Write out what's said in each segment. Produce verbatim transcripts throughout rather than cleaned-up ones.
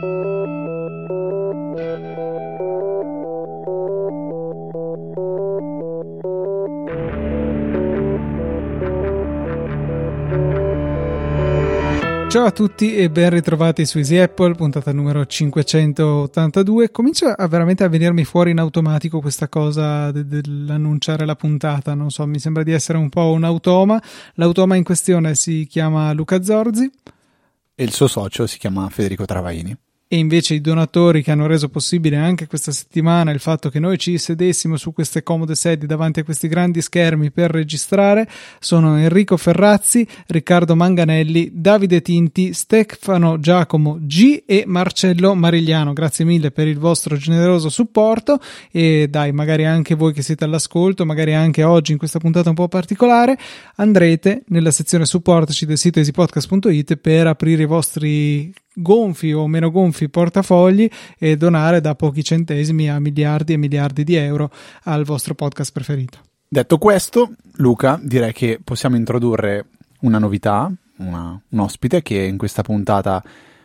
Ciao a tutti e ben ritrovati su Easy Apple, puntata numero cinquecentottantadue. Comincia a veramente a venirmi fuori in automatico questa cosa de- dell'annunciare la puntata, non so, mi sembra di essere un po' un automa. L'automa in questione si chiama Luca Zorzi e il suo socio si chiama Federico Travaini. E invece i donatori che hanno reso possibile anche questa settimana il fatto che noi ci sedessimo su queste comode sedie davanti a questi grandi schermi per registrare sono Enrico Ferrazzi, Riccardo Manganelli, Davide Tinti, Stefano Giacomo G e Marcello Marigliano. Grazie mille per il vostro generoso supporto e dai, magari anche voi che siete all'ascolto, magari anche oggi in questa puntata un po' particolare, andrete nella sezione supportaci del sito easypodcast punto it per aprire i vostri gonfi o meno gonfi portafogli e donare da pochi centesimi a miliardi e miliardi di euro al vostro podcast preferito. Detto questo, Luca, direi che possiamo introdurre una novità, una, un ospite che in questa puntata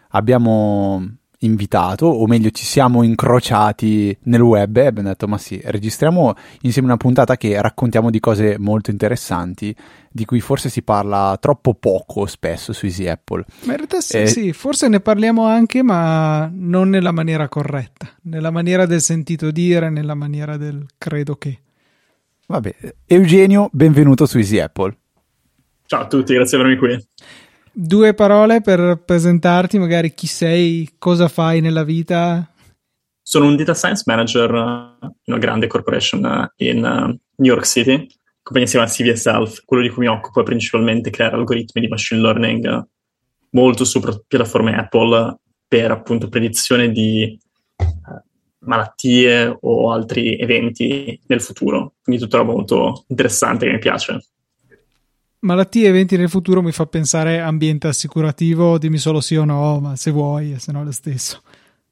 abbiamo invitato, o meglio ci siamo incrociati nel web e abbiamo detto ma sì, registriamo insieme una puntata che raccontiamo di cose molto interessanti di cui forse si parla troppo poco spesso su Easy Apple. Ma in realtà sì, eh, sì, forse ne parliamo anche, ma non nella maniera corretta, nella maniera del sentito dire, nella maniera del credo che. Vabbè, Eugenio, benvenuto su Easy Apple. Ciao a tutti, grazie per avermi qui. Due parole per presentarti, magari chi sei, cosa fai nella vita? Sono un data science manager in una grande corporation in New York City, compagnia si chiama C V S Health. Quello di cui mi occupo è principalmente creare algoritmi di machine learning molto su piattaforme Apple per appunto predizione di uh, malattie o altri eventi nel futuro. Quindi tutta roba molto interessante che mi piace. Malattie e eventi nel futuro mi fa pensare ambiente assicurativo, dimmi solo sì o no, ma se vuoi, e se no è lo stesso.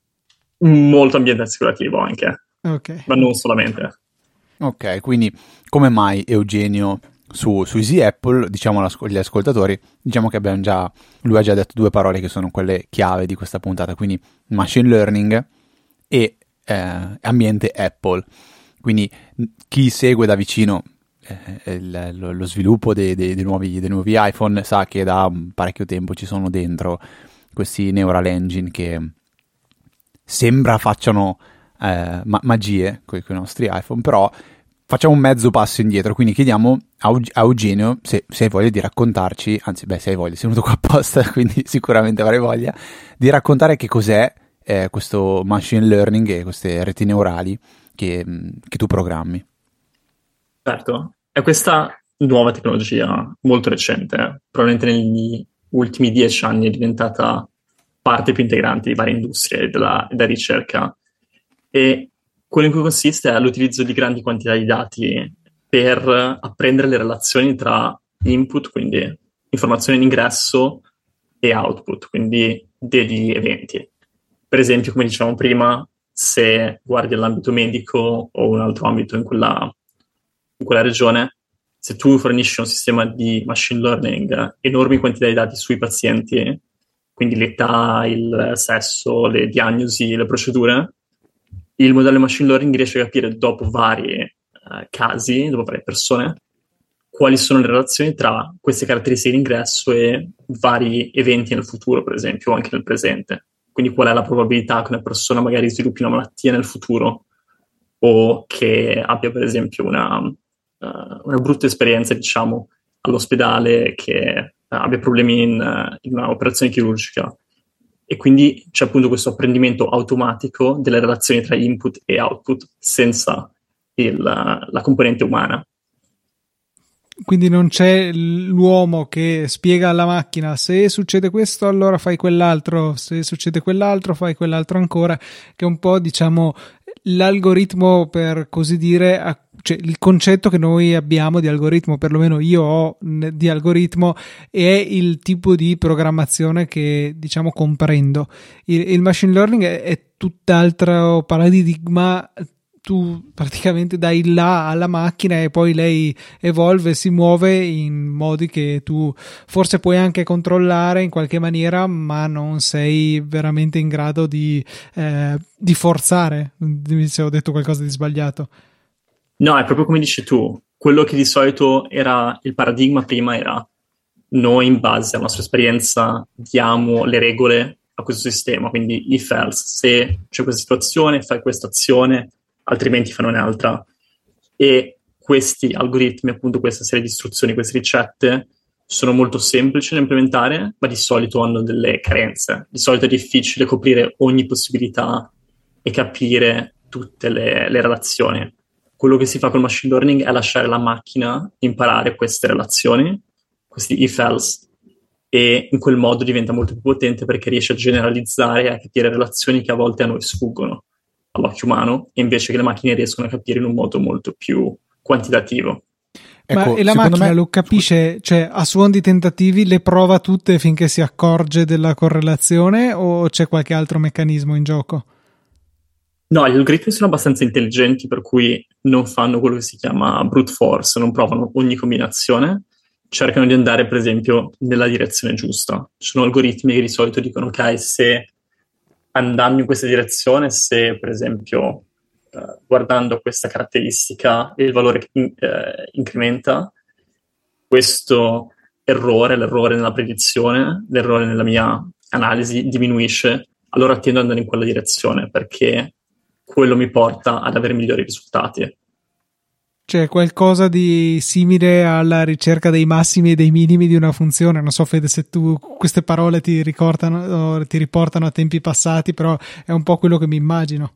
Molto ambiente assicurativo anche, okay. ma non solamente. Ok, quindi come mai Eugenio su, su Easy Apple, diciamo agli ascoltatori, diciamo che abbiamo già, lui ha già detto due parole che sono quelle chiave di questa puntata, quindi machine learning e eh, ambiente Apple. Quindi chi segue da vicino Il, lo, lo sviluppo dei, dei, dei, nuovi, dei nuovi iPhone sa che da parecchio tempo ci sono dentro questi neural engine che sembra facciano eh, ma- magie con i nostri iPhone, però facciamo un mezzo passo indietro, quindi chiediamo a, a Eugenio se, se hai voglia di raccontarci, anzi beh se hai voglia, sei venuto qua apposta quindi sicuramente avrai voglia di raccontare che cos'è eh, questo machine learning e queste reti neurali che, che tu programmi. Certo. È questa nuova tecnologia molto recente, probabilmente negli ultimi dieci anni è diventata parte più integrante di varie industrie e della, della ricerca, e quello in cui consiste è l'utilizzo di grandi quantità di dati per apprendere le relazioni tra input, quindi informazioni in ingresso, e output, quindi degli eventi. Per esempio, come dicevamo prima, se guardi l'ambito medico o un altro ambito in quella in quella regione, se tu fornisci un sistema di machine learning enormi quantità di dati sui pazienti, quindi l'età, il sesso, le diagnosi, le procedure, il modello machine learning riesce a capire dopo vari uh, casi, dopo varie persone, quali sono le relazioni tra queste caratteristiche di ingresso e vari eventi nel futuro, per esempio, o anche nel presente. Quindi qual è la probabilità che una persona magari sviluppi una malattia nel futuro o che abbia, per esempio, una Uh, una brutta esperienza, diciamo, all'ospedale, che uh, abbia problemi in, uh, in un'operazione chirurgica. E quindi c'è appunto questo apprendimento automatico delle relazioni tra input e output senza il, uh, la componente umana. Quindi non c'è l'uomo che spiega alla macchina se succede questo allora fai quell'altro, se succede quell'altro fai quell'altro ancora, che è un po', diciamo, l'algoritmo, per così dire, cioè il concetto che noi abbiamo di algoritmo, perlomeno io ho di algoritmo, è il tipo di programmazione che, diciamo, comprendo. Il, il machine learning è, è tutt'altro paradigma, tu praticamente dai il là alla macchina e poi lei evolve, si muove in modi che tu forse puoi anche controllare in qualche maniera, ma non sei veramente in grado di, eh, di forzare. Dimmi se ho detto qualcosa di sbagliato. No, è proprio come dici tu. Quello che di solito era il paradigma prima era: noi in base alla nostra esperienza diamo le regole a questo sistema, quindi if else, se c'è questa situazione fai questa azione, altrimenti fanno un'altra. E questi algoritmi, appunto questa serie di istruzioni, queste ricette, sono molto semplici da implementare, ma di solito hanno delle carenze. Di solito è difficile coprire ogni possibilità e capire tutte le, le relazioni. Quello che si fa col machine learning è lasciare alla macchina imparare queste relazioni, questi if else, e in quel modo diventa molto più potente perché riesce a generalizzare e a capire relazioni che a volte a noi sfuggono all'occhio umano, e invece che le macchine riescono a capire in un modo molto più quantitativo. Ecco, ma e la macchina me... lo capisce, cioè a suon di tentativi le prova tutte finché si accorge della correlazione, o c'è qualche altro meccanismo in gioco? No, gli algoritmi sono abbastanza intelligenti, per cui non fanno quello che si chiama brute force, non provano ogni combinazione, cercano di andare per esempio nella direzione giusta. Ci sono algoritmi che di solito dicono ok, se andando in questa direzione, se per esempio eh, guardando questa caratteristica il valore in, eh, incrementa, questo errore, l'errore nella predizione, l'errore nella mia analisi diminuisce, allora tendo ad andare in quella direzione perché quello mi porta ad avere migliori risultati. C'è qualcosa di simile alla ricerca dei massimi e dei minimi di una funzione. Non so, Fede, se tu queste parole ti ricordano, ti riportano a tempi passati, però è un po' quello che mi immagino.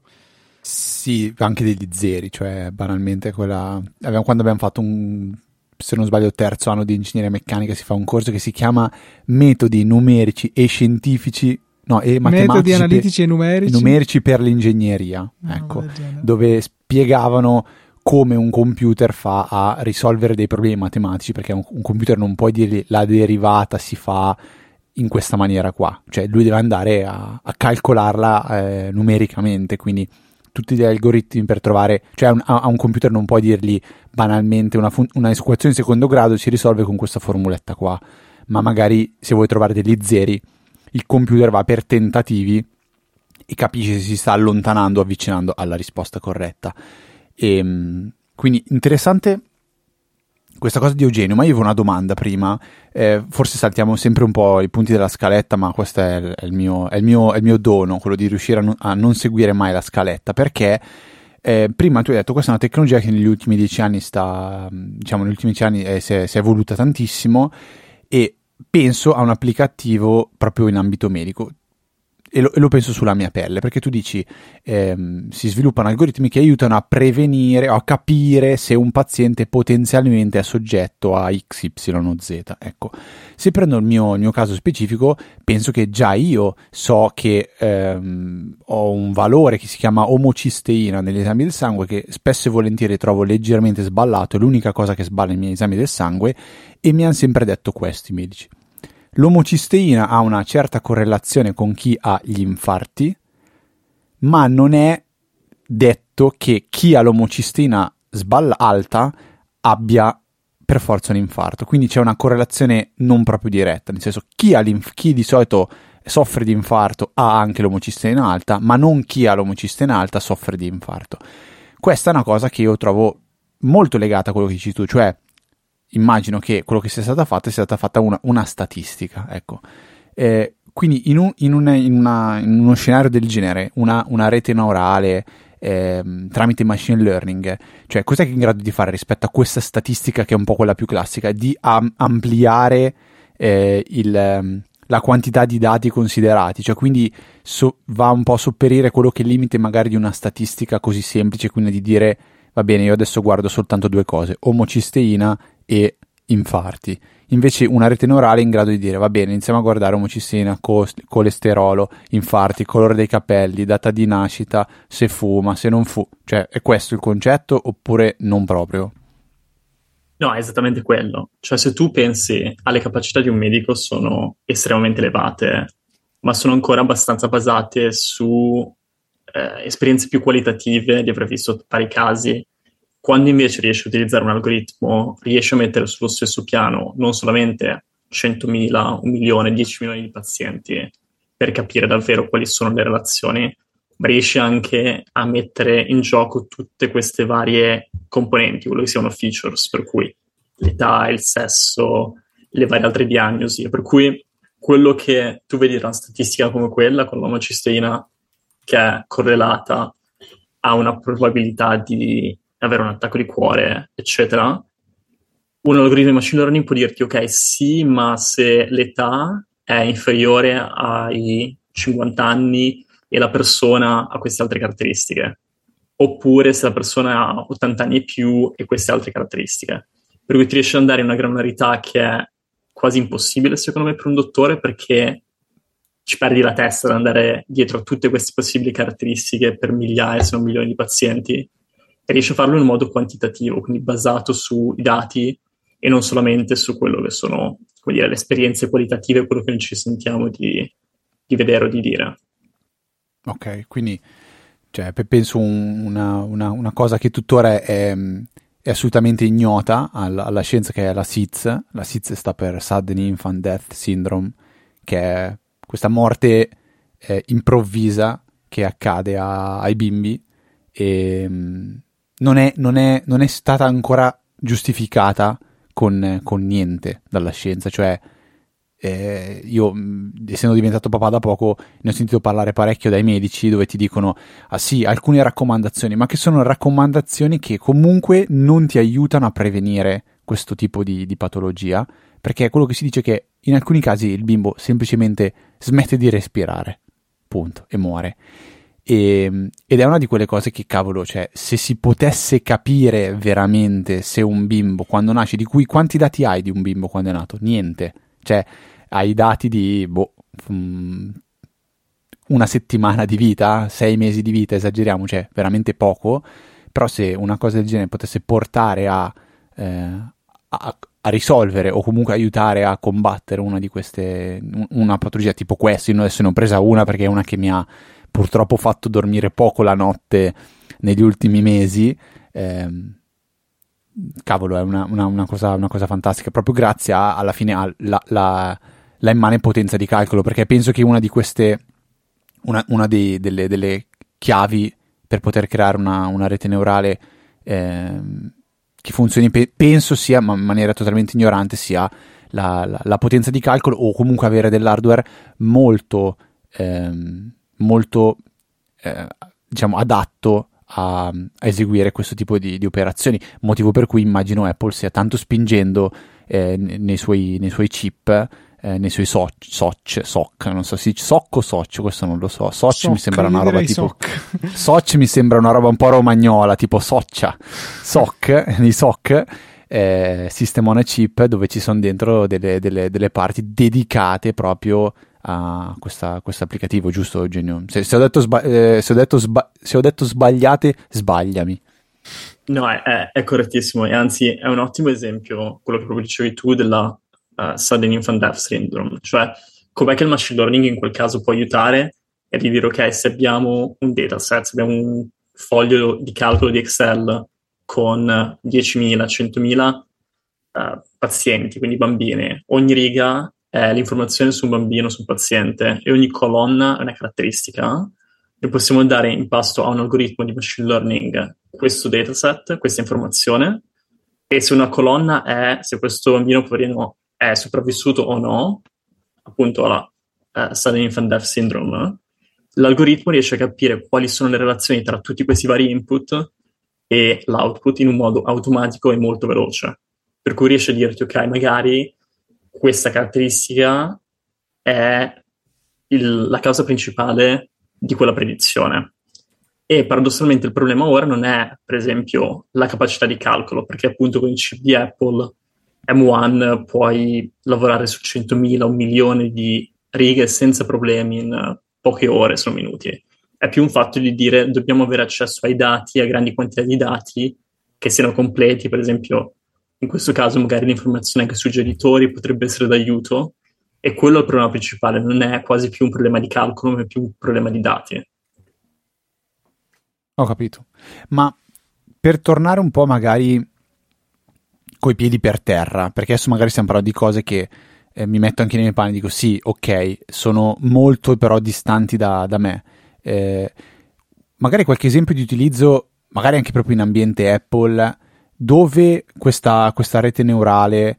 Sì, anche degli zeri, cioè banalmente quella... Abbiamo, quando abbiamo fatto un, se non sbaglio, terzo anno di ingegneria meccanica, si fa un corso che si chiama Metodi numerici e scientifici, no, e matematici, metodi analitici per, e numerici. numerici per l'ingegneria, no, ecco, dove spiegavano come un computer fa a risolvere dei problemi matematici, perché un, un computer non puoi dirgli la derivata si fa in questa maniera qua, cioè lui deve andare a, a calcolarla eh, numericamente, quindi tutti gli algoritmi per trovare, cioè a un, a un computer non puoi dirgli banalmente una, fun- una equazione di secondo grado si risolve con questa formuletta qua, ma magari se vuoi trovare degli zeri il computer va per tentativi e capisce se si sta allontanando o avvicinando alla risposta corretta. E, quindi interessante questa cosa di Eugenio, ma io avevo una domanda prima, eh, forse saltiamo sempre un po' i punti della scaletta, ma questo è, è, il, mio, è, il, mio, è il mio dono, quello di riuscire a non, a non seguire mai la scaletta, perché eh, prima tu hai detto questa è una tecnologia che negli ultimi dieci anni sta, diciamo negli ultimi dieci anni eh, si, è, si è evoluta tantissimo, e penso a un applicativo proprio in ambito medico. E lo, e lo penso sulla mia pelle, perché tu dici ehm, si sviluppano algoritmi che aiutano a prevenire o a capire se un paziente potenzialmente è soggetto a X Y Z. Ecco, se prendo il mio, il mio caso specifico, penso che già io so che ehm, ho un valore che si chiama omocisteina negli esami del sangue, che spesso e volentieri trovo leggermente sballato, è l'unica cosa che sballa nei miei esami del sangue, e mi hanno sempre detto questo i medici. L'omocisteina ha una certa correlazione con chi ha gli infarti, ma non è detto che chi ha l'omocisteina sballa alta abbia per forza un infarto. Quindi c'è una correlazione non proprio diretta, nel senso chi, ha chi di solito soffre di infarto ha anche l'omocisteina alta, ma non chi ha l'omocisteina alta soffre di infarto. Questa è una cosa che io trovo molto legata a quello che dici tu, cioè immagino che quello che sia stata fatta sia stata fatta una, una statistica, ecco. Eh, quindi in, un, in, una, in, una, in uno scenario del genere, una, una rete neurale eh, tramite machine learning, cioè cos'è che è in grado di fare rispetto a questa statistica che è un po' quella più classica, di am- ampliare eh, il, la quantità di dati considerati, cioè quindi so, va un po' a sopperire quello che è il limite magari di una statistica così semplice, quindi di dire va bene, io adesso guardo soltanto due cose, omocisteina e infarti. Invece una rete neurale è in grado di dire va bene, iniziamo a guardare omocisteina, colesterolo, infarti, colore dei capelli, data di nascita, se fuma, se non fu, cioè è questo il concetto oppure non proprio? No, è esattamente quello. Cioè se tu pensi alle capacità di un medico sono estremamente elevate, ma sono ancora abbastanza basate su eh, esperienze più qualitative, di aver visto vari casi. Quando invece riesci a utilizzare un algoritmo, riesci a mettere sullo stesso piano non solamente centomila, un milione, dieci milioni di pazienti per capire davvero quali sono le relazioni, ma riesci anche a mettere in gioco tutte queste varie componenti, quello che siano features, per cui l'età, il sesso, le varie altre diagnosi, per cui quello che tu vedi da una statistica come quella, con l'omocisteina che è correlata a una probabilità di avere un attacco di cuore, eccetera, un algoritmo di machine learning può dirti, ok, sì, ma se l'età è inferiore ai cinquanta anni e la persona ha queste altre caratteristiche, oppure se la persona ha ottanta anni e più e queste altre caratteristiche. Per cui ti riesci ad andare in una granularità che è quasi impossibile, secondo me, per un dottore, perché ci perdi la testa ad andare dietro a tutte queste possibili caratteristiche per migliaia, se non milioni di pazienti, e riesci a farlo in un modo quantitativo, quindi basato sui dati e non solamente su quello che sono, come dire, le esperienze qualitative, quello che noi ci sentiamo di, di vedere o di dire. Ok, quindi cioè, penso un, una, una, una cosa che tuttora è, è assolutamente ignota alla, alla scienza, che è la S I D S. La S I D S sta per Sudden Infant Death Syndrome, che è questa morte eh, improvvisa che accade a, ai bimbi e mh, non, è, non, è, non è stata ancora giustificata con, con niente dalla scienza. Cioè eh, io mh, essendo diventato papà da poco ne ho sentito parlare parecchio dai medici, dove ti dicono ah sì, alcune raccomandazioni, ma che sono raccomandazioni che comunque non ti aiutano a prevenire questo tipo di, di patologia, perché quello che si dice è che in alcuni casi il bimbo semplicemente smette di respirare, punto, e muore. E, ed è una di quelle cose che, cavolo, cioè, se si potesse capire veramente se un bimbo quando nasce, di cui quanti dati hai di un bimbo quando è nato? Niente. Cioè, hai dati di, boh, um, una settimana di vita, sei mesi di vita, esageriamo, cioè, veramente poco. Però se una cosa del genere potesse portare a, eh, a a risolvere o comunque aiutare a combattere una di queste, una patologia tipo questa, io adesso ne ho presa una perché è una che mi ha purtroppo fatto dormire poco la notte negli ultimi mesi, ehm, cavolo, è una, una, una, cosa, una cosa fantastica, proprio grazie a, alla fine alla la, la immane potenza di calcolo, perché penso che una di queste, una, una dei, delle, delle chiavi per poter creare una, una rete neurale ehm, che funzioni, pe- penso sia, ma in maniera totalmente ignorante, sia la, la, la potenza di calcolo, o comunque avere dell'hardware molto ehm, molto eh, diciamo adatto a, a eseguire questo tipo di, di operazioni, motivo per cui immagino Apple stia tanto spingendo eh, nei, suoi, nei suoi chip, eh, nei suoi soc, soc, soc, non so se soc o soc, questo non lo so. Soc soc, mi sembra una roba tipo soc. Soc mi sembra una roba un po' romagnola, tipo soccia. Soc, nei soc eh, System on a Chip, dove ci sono dentro delle, delle, delle parti dedicate proprio a questa, questo applicativo, giusto Eugenio? Se, se, ho detto sba- eh, se, ho detto sba- se ho detto sbagliate, sbagliami. No, è, è, è correttissimo, e anzi è un ottimo esempio quello che proprio dicevi tu della Uh, Sudden Infant Death Syndrome, cioè com'è che il machine learning in quel caso può aiutare è di dire ok, se abbiamo un dataset, se abbiamo un foglio di calcolo di Excel con diecimila, centomila uh, pazienti, quindi bambini, ogni riga è l'informazione su un bambino, su un paziente, e ogni colonna è una caratteristica, e possiamo dare in pasto a un algoritmo di machine learning questo dataset, questa informazione, e se una colonna è se questo bambino poverino è sopravvissuto o no, appunto alla uh, Sudden Infant Death Syndrome, l'algoritmo riesce a capire quali sono le relazioni tra tutti questi vari input e l'output in un modo automatico e molto veloce. Per cui riesce a dirti, ok, magari questa caratteristica è il, la causa principale di quella predizione. E paradossalmente il problema ora non è, per esempio, la capacità di calcolo, perché appunto con i chip di Apple M uno puoi lavorare su centomila, un milione di righe senza problemi in poche ore, sono minuti. È più un fatto di dire dobbiamo avere accesso ai dati, a grandi quantità di dati che siano completi. Per esempio, in questo caso magari l'informazione anche sui genitori potrebbe essere d'aiuto, e quello è il problema principale, non è quasi più un problema di calcolo, ma è più un problema di dati. Ho capito. Ma per tornare un po' magari coi piedi per terra, perché adesso magari stiamo parlando di cose che eh, mi metto anche nei miei panni, dico sì, ok, sono molto però distanti da, da me. Eh, magari qualche esempio di utilizzo, magari anche proprio in ambiente Apple, dove questa, questa rete neurale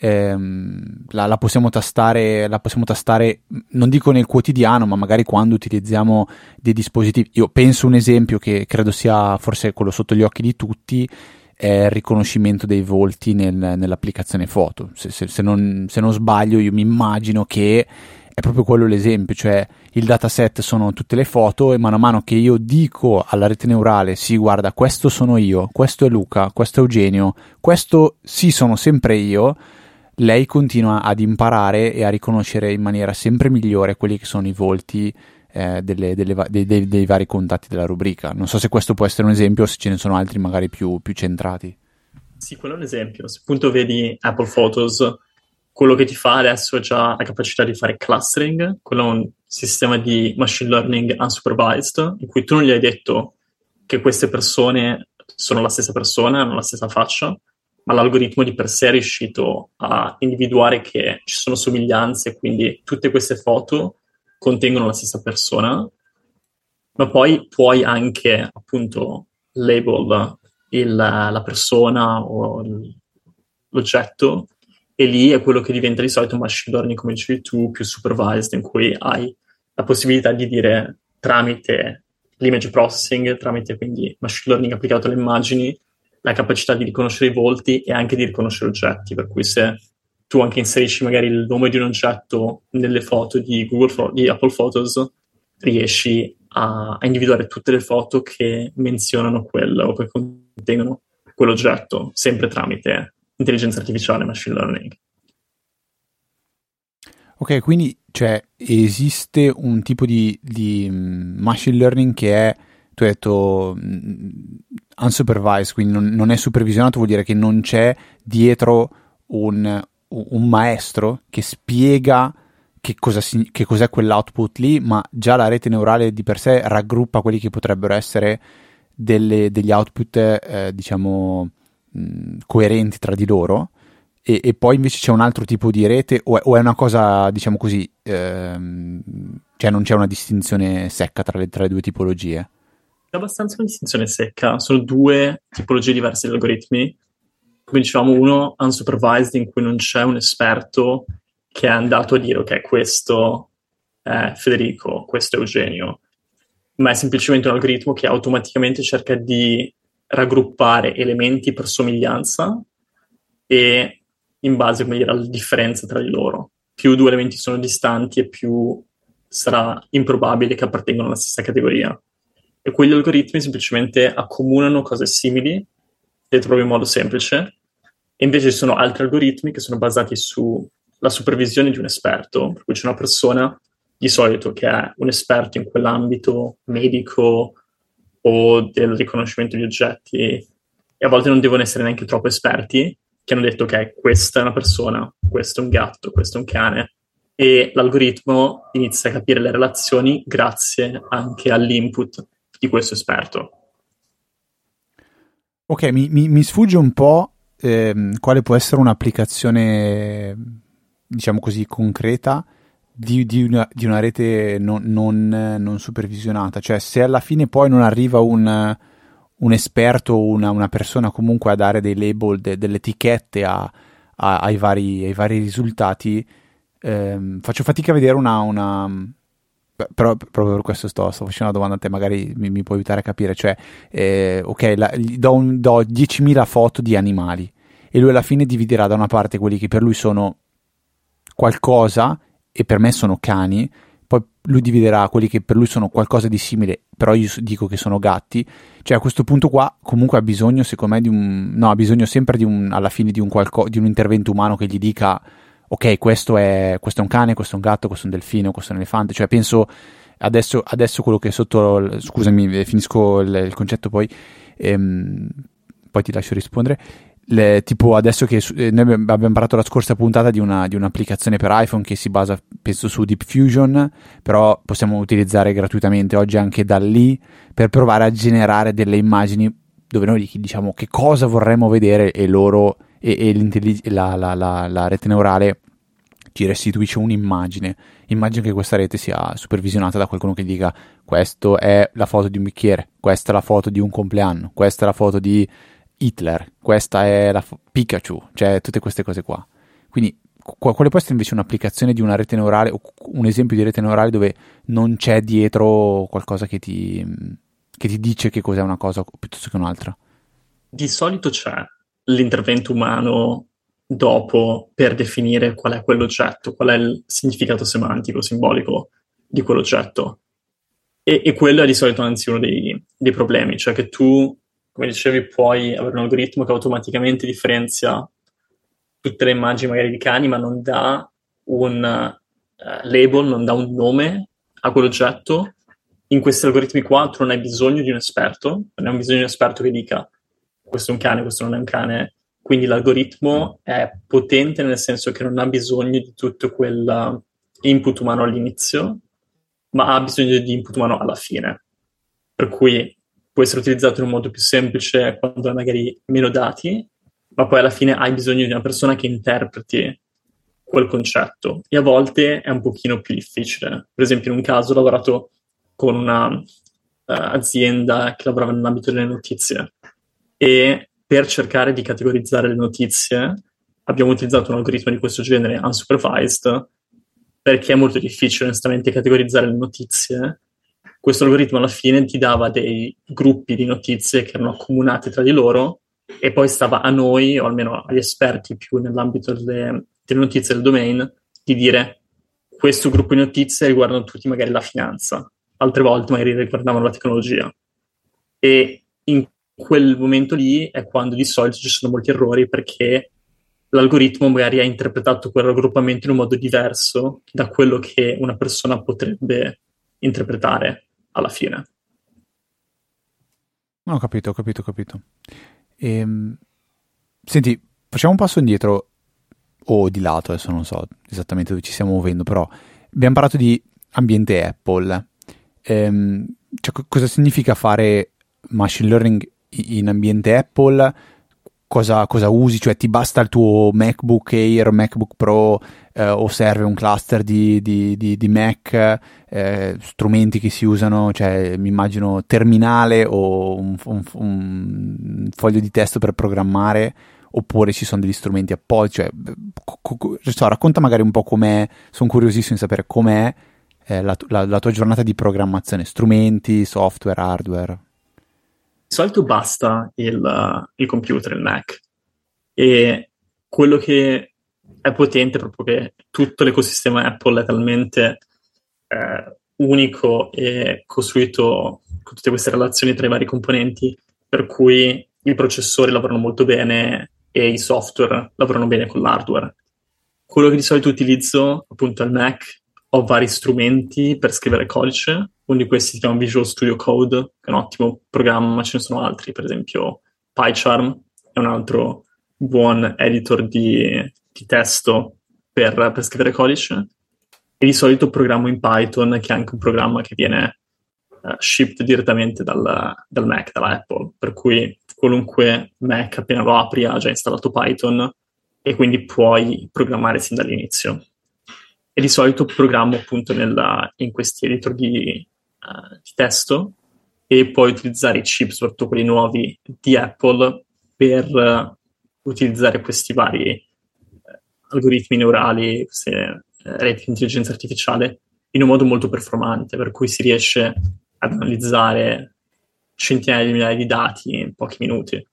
ehm, la, la possiamo tastare, la possiamo tastare, non dico nel quotidiano, ma magari quando utilizziamo dei dispositivi. Io penso un esempio che credo sia forse quello sotto gli occhi di tutti, è il riconoscimento dei volti nel, nell'applicazione foto. Se, se, se, non, se non sbaglio, io mi immagino che è proprio quello l'esempio, cioè il dataset sono tutte le foto e mano a mano che io dico alla rete neurale sì, guarda, questo sono io, questo è Luca, questo è Eugenio, questo sì sono sempre io, lei continua ad imparare e a riconoscere in maniera sempre migliore quelli che sono i volti eh, delle, delle, dei, dei, dei vari contatti della rubrica. Non so se questo può essere un esempio o se ce ne sono altri magari più, più centrati. Sì, quello è un esempio. Se appunto vedi Apple Photos, quello che ti fa adesso è già la capacità di fare clustering. Quello è un sistema di machine learning unsupervised, in cui tu non gli hai detto che queste persone sono la stessa persona, hanno la stessa faccia, ma l'algoritmo di per sé è riuscito a individuare che ci sono somiglianze, quindi tutte queste foto contengono la stessa persona, ma poi puoi anche appunto label il, la persona o l'oggetto, e lì è quello che diventa di solito machine learning, come dicevi tu, più supervised, in cui hai la possibilità di dire tramite l'image processing, tramite quindi machine learning applicato alle immagini, la capacità di riconoscere i volti e anche di riconoscere oggetti, per cui se tu anche inserisci magari il nome di un oggetto nelle foto di Google di Apple Photos, riesci a, a individuare tutte le foto che menzionano quello o che contengono quell'oggetto, sempre tramite intelligenza artificiale, machine learning. Ok, quindi cioè, esiste un tipo di, di machine learning che è, tu hai detto unsupervised, quindi non, non è supervisionato, vuol dire che non c'è dietro un, un maestro che spiega che, cosa, che cos'è quell'output lì, ma già la rete neurale di per sé raggruppa quelli che potrebbero essere delle, degli output eh, diciamo mh, coerenti tra di loro, e, e poi invece c'è un altro tipo di rete, o è, o è una cosa diciamo così ehm, cioè non c'è una distinzione secca tra le, tra le due tipologie? È abbastanza una distinzione secca, sono due tipologie diverse di algoritmi. Come dicevamo, uno unsupervised, in cui non c'è un esperto che è andato a dire ok, questo è Federico, questo è Eugenio, ma è semplicemente un algoritmo che automaticamente cerca di raggruppare elementi per somiglianza e in base, come dire, alla differenza tra di loro. Più due elementi sono distanti e più sarà improbabile che appartengano alla stessa categoria. E quegli algoritmi semplicemente accomunano cose simili, detto proprio in modo semplice, e invece ci sono altri algoritmi che sono basati sulla supervisione di un esperto, per cui c'è una persona di solito che è un esperto in quell'ambito medico o del riconoscimento di oggetti, e a volte non devono essere neanche troppo esperti, che hanno detto ok, questa è una persona, questo è un gatto, questo è un cane, e l'algoritmo inizia a capire le relazioni grazie anche all'input di questo esperto. Ok, mi, mi, mi sfugge un po' ehm, quale può essere un'applicazione, diciamo così, concreta di, di, una, di una rete non, non, non supervisionata. Cioè, se alla fine poi non arriva un, un esperto o una, una persona comunque a dare dei label, de, delle etichette a, a, ai, vari, ai vari risultati, ehm, faccio fatica a vedere una... una però proprio per questo sto, sto facendo una domanda a te, magari mi, mi puoi aiutare a capire. Cioè eh, ok, la, gli do, un, do diecimila foto di animali e lui alla fine dividerà da una parte quelli che per lui sono qualcosa e per me sono cani, poi lui dividerà quelli che per lui sono qualcosa di simile, però io dico che sono gatti. Cioè a questo punto qua comunque ha bisogno, secondo me, di un no, ha bisogno sempre di un, alla fine di un, qualco, di un intervento umano che gli dica ok, questo è, questo è un cane, questo è un gatto, questo è un delfino, questo è un elefante. Cioè penso adesso, adesso quello che è sotto, scusami, finisco il, il concetto poi ehm, poi ti lascio rispondere. le, tipo adesso che eh, noi abbiamo parlato la scorsa puntata di, una, di un'applicazione per iPhone che si basa penso su Deep Fusion, però possiamo utilizzare gratuitamente oggi anche da lì per provare a generare delle immagini dove noi diciamo che cosa vorremmo vedere e loro e, e la, la, la, la rete neurale ci restituisce un'immagine. Immagino che questa rete sia supervisionata da qualcuno che dica questo è la foto di un bicchiere, questa è la foto di un compleanno, questa è la foto di Hitler, questa è la fo- Pikachu, cioè tutte queste cose qua. Quindi qu- quale può essere invece un'applicazione di una rete neurale o un esempio di rete neurale dove non c'è dietro qualcosa che ti, che ti dice che cos'è una cosa piuttosto che un'altra? Di solito c'è l'intervento umano dopo per definire qual è quell'oggetto, qual è il significato semantico, simbolico di quell'oggetto. E, e quello è di solito anzi uno dei, dei problemi, cioè che tu, come dicevi, puoi avere un algoritmo che automaticamente differenzia tutte le immagini magari di cani, ma non dà un uh, label, non dà un nome a quell'oggetto. In questi algoritmi qua tu non hai bisogno di un esperto, non hai bisogno di un esperto che dica questo è un cane, questo non è un cane. Quindi l'algoritmo è potente nel senso che non ha bisogno di tutto quel input umano all'inizio, ma ha bisogno di input umano alla fine. Per cui può essere utilizzato in un modo più semplice quando hai magari meno dati, ma poi alla fine hai bisogno di una persona che interpreti quel concetto. E a volte è un pochino più difficile. Per esempio, in un caso ho lavorato con una uh, azienda che lavorava nell'ambito delle notizie e per cercare di categorizzare le notizie abbiamo utilizzato un algoritmo di questo genere, unsupervised, perché è molto difficile onestamente categorizzare le notizie. Questo algoritmo alla fine ti dava dei gruppi di notizie che erano accomunate tra di loro e poi stava a noi, o almeno agli esperti più nell'ambito delle, delle notizie del domain, di dire questo gruppo di notizie riguardano tutti magari la finanza, altre volte magari riguardavano la tecnologia. E in quel momento lì è quando di solito ci sono molti errori perché l'algoritmo magari ha interpretato quel raggruppamento in un modo diverso da quello che una persona potrebbe interpretare alla fine. No, ho capito, ho capito, ho capito. Ehm, senti, facciamo un passo indietro o di lato, adesso non so esattamente dove ci stiamo muovendo, però abbiamo parlato di ambiente Apple. Ehm, cioè, co- cosa significa fare machine learning in ambiente Apple? Cosa, cosa usi? Cioè ti basta il tuo MacBook Air, MacBook Pro eh, o serve un cluster di, di, di, di Mac, eh, strumenti che si usano, cioè mi immagino terminale o un, un, un foglio di testo per programmare, oppure ci sono degli strumenti appositi, cioè, co- co- so, racconta magari un po' com'è, sono curiosissimo di sapere com'è eh, la, la, la tua giornata di programmazione, strumenti, software, hardware. Di solito basta il, il computer, il Mac, e quello che è potente è proprio che tutto l'ecosistema Apple è talmente eh, unico e costruito con tutte queste relazioni tra i vari componenti, per cui i processori lavorano molto bene e i software lavorano bene con l'hardware. Quello che di solito utilizzo appunto è il Mac. Ho vari strumenti per scrivere codice, uno di questi si chiama Visual Studio Code, che è un ottimo programma, ma ce ne sono altri, per esempio PyCharm è un altro buon editor di, di testo per, per scrivere codice, e di solito programmo in Python, che è anche un programma che viene uh, shipped direttamente dal, dal Mac, dalla Apple, per cui qualunque Mac appena lo apri ha già installato Python e quindi puoi programmare sin dall'inizio. E di solito programmo appunto nella, in questi editor di, uh, di testo, e puoi utilizzare i chip, soprattutto quelli nuovi di Apple, per uh, utilizzare questi vari uh, algoritmi neurali, queste uh, reti di intelligenza artificiale, in un modo molto performante, per cui si riesce ad analizzare centinaia di migliaia di dati in pochi minuti.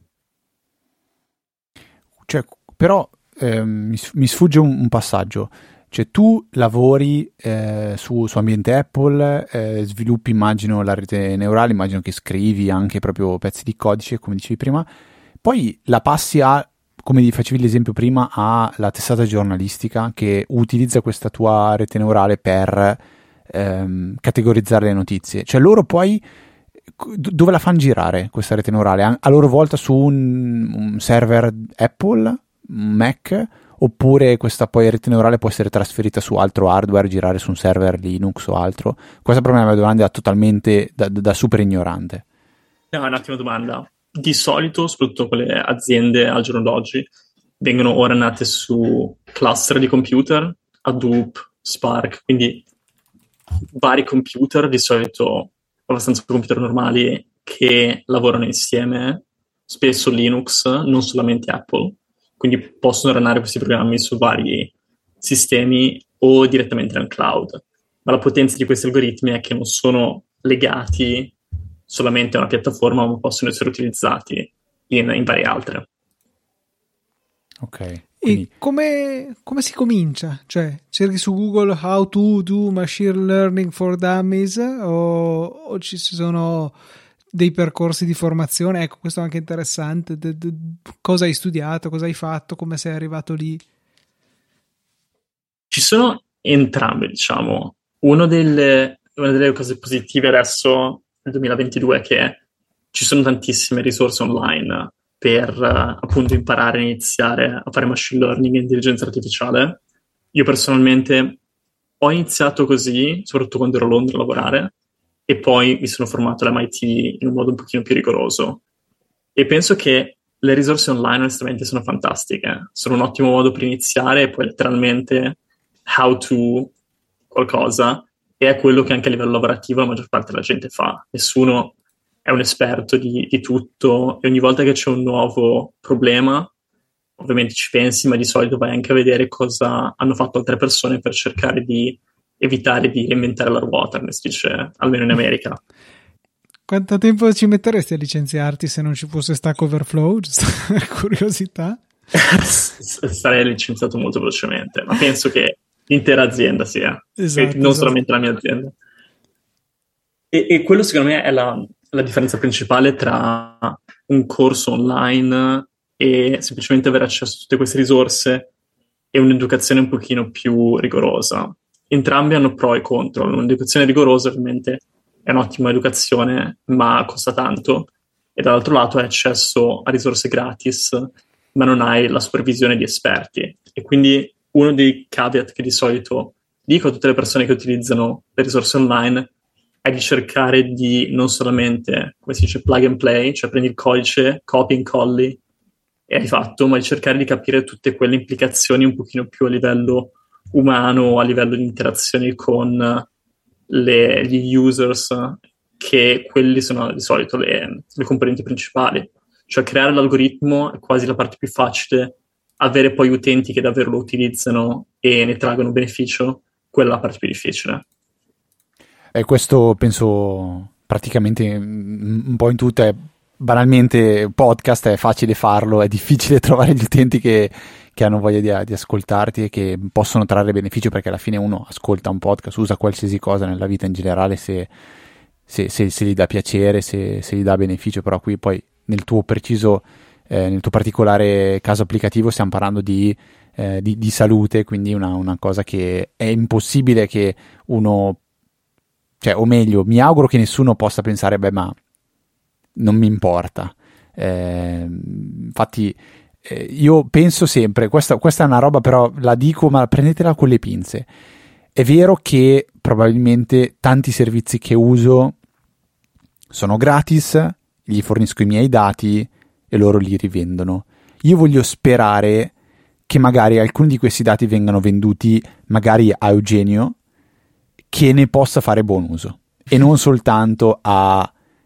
Cioè, però eh, mi, mi sfugge un, un passaggio. Cioè tu lavori eh, su, su ambiente Apple, eh, sviluppi immagino la rete neurale, immagino che scrivi anche proprio pezzi di codice, come dicevi prima, poi la passi a, come facevi l'esempio prima, alla testata giornalistica che utilizza questa tua rete neurale per ehm, categorizzare le notizie. Cioè loro poi dove la fanno girare questa rete neurale? A, a loro volta su un, un server Apple, Mac, oppure questa poi rete neurale può essere trasferita su altro hardware, girare su un server Linux o altro? Questa per me è una domanda totalmente da, da super ignorante. No, è un'ottima domanda. Di solito, soprattutto quelle aziende al giorno d'oggi, vengono ora nate su cluster di computer, Hadoop, Spark, quindi vari computer, di solito abbastanza computer normali, che lavorano insieme, spesso Linux, non solamente Apple, quindi possono runnare questi programmi su vari sistemi o direttamente nel cloud. Ma la potenza di questi algoritmi è che non sono legati solamente a una piattaforma, ma possono essere utilizzati in, in varie altre. Ok. Quindi... E come, come si comincia? Cioè, cerchi su Google how to do machine learning for dummies o, o ci sono dei percorsi di formazione? Ecco, questo è anche interessante. De, de, cosa hai studiato? Cosa hai fatto? Come sei arrivato lì? Ci sono entrambe, diciamo. Uno delle, una delle cose positive adesso, nel duemilaventidue, è che ci sono tantissime risorse online per uh, appunto imparare a iniziare a fare machine learning e intelligenza artificiale. Io personalmente ho iniziato così, soprattutto quando ero a Londra a lavorare, e poi mi sono formato all'M I T in un modo un pochino più rigoroso. E penso che le risorse online onestamente sono fantastiche. Sono un ottimo modo per iniziare e poi letteralmente how to qualcosa, e è quello che anche a livello lavorativo la maggior parte della gente fa. Nessuno è un esperto di, di tutto, e ogni volta che c'è un nuovo problema ovviamente ci pensi, ma di solito vai anche a vedere cosa hanno fatto altre persone per cercare di evitare di reinventare la ruota, come si dice almeno in America. Quanto tempo ci metteresti a licenziarti se non ci fosse Stack Overflow? Giusto per curiosità. Sarei licenziato molto velocemente, ma penso che l'intera azienda sia, esatto, non esatto. solamente la mia azienda. E, e quello secondo me è la, la differenza principale tra un corso online e semplicemente avere accesso a tutte queste risorse e un'educazione un pochino più rigorosa. Entrambi hanno pro e contro. Un'educazione rigorosa ovviamente è un'ottima educazione, ma costa tanto, e dall'altro lato hai accesso a risorse gratis, ma non hai la supervisione di esperti. E quindi uno dei caveat che di solito dico a tutte le persone che utilizzano le risorse online è di cercare di non solamente, come si dice, plug and play, cioè prendi il codice, copy, incolli e hai fatto, ma di cercare di capire tutte quelle implicazioni un pochino più a livello umano, a livello di interazioni con le, gli users, che quelli sono di solito le, le componenti principali. Cioè creare l'algoritmo è quasi la parte più facile, avere poi utenti che davvero lo utilizzano e ne traggono beneficio, quella è la parte più difficile. E questo penso praticamente un po' in tutte, banalmente podcast è facile farlo, è difficile trovare gli utenti che, che hanno voglia di, di ascoltarti e che possono trarre beneficio, perché alla fine uno ascolta un podcast, usa qualsiasi cosa nella vita in generale se, se, se, se gli dà piacere, se, se gli dà beneficio, però qui poi nel tuo preciso, eh, nel tuo particolare caso applicativo stiamo parlando di, eh, di, di salute, quindi una, una cosa che è impossibile che uno, cioè, o meglio, mi auguro che nessuno possa pensare, beh, ma non mi importa. Eh, infatti, eh, io penso sempre, questa, questa è una roba, però la dico, ma prendetela con le pinze. È vero che probabilmente tanti servizi che uso sono gratis, gli fornisco i miei dati e loro li rivendono. Io voglio sperare che magari alcuni di questi dati vengano venduti magari a Eugenio, che ne possa fare buon uso, e non soltanto a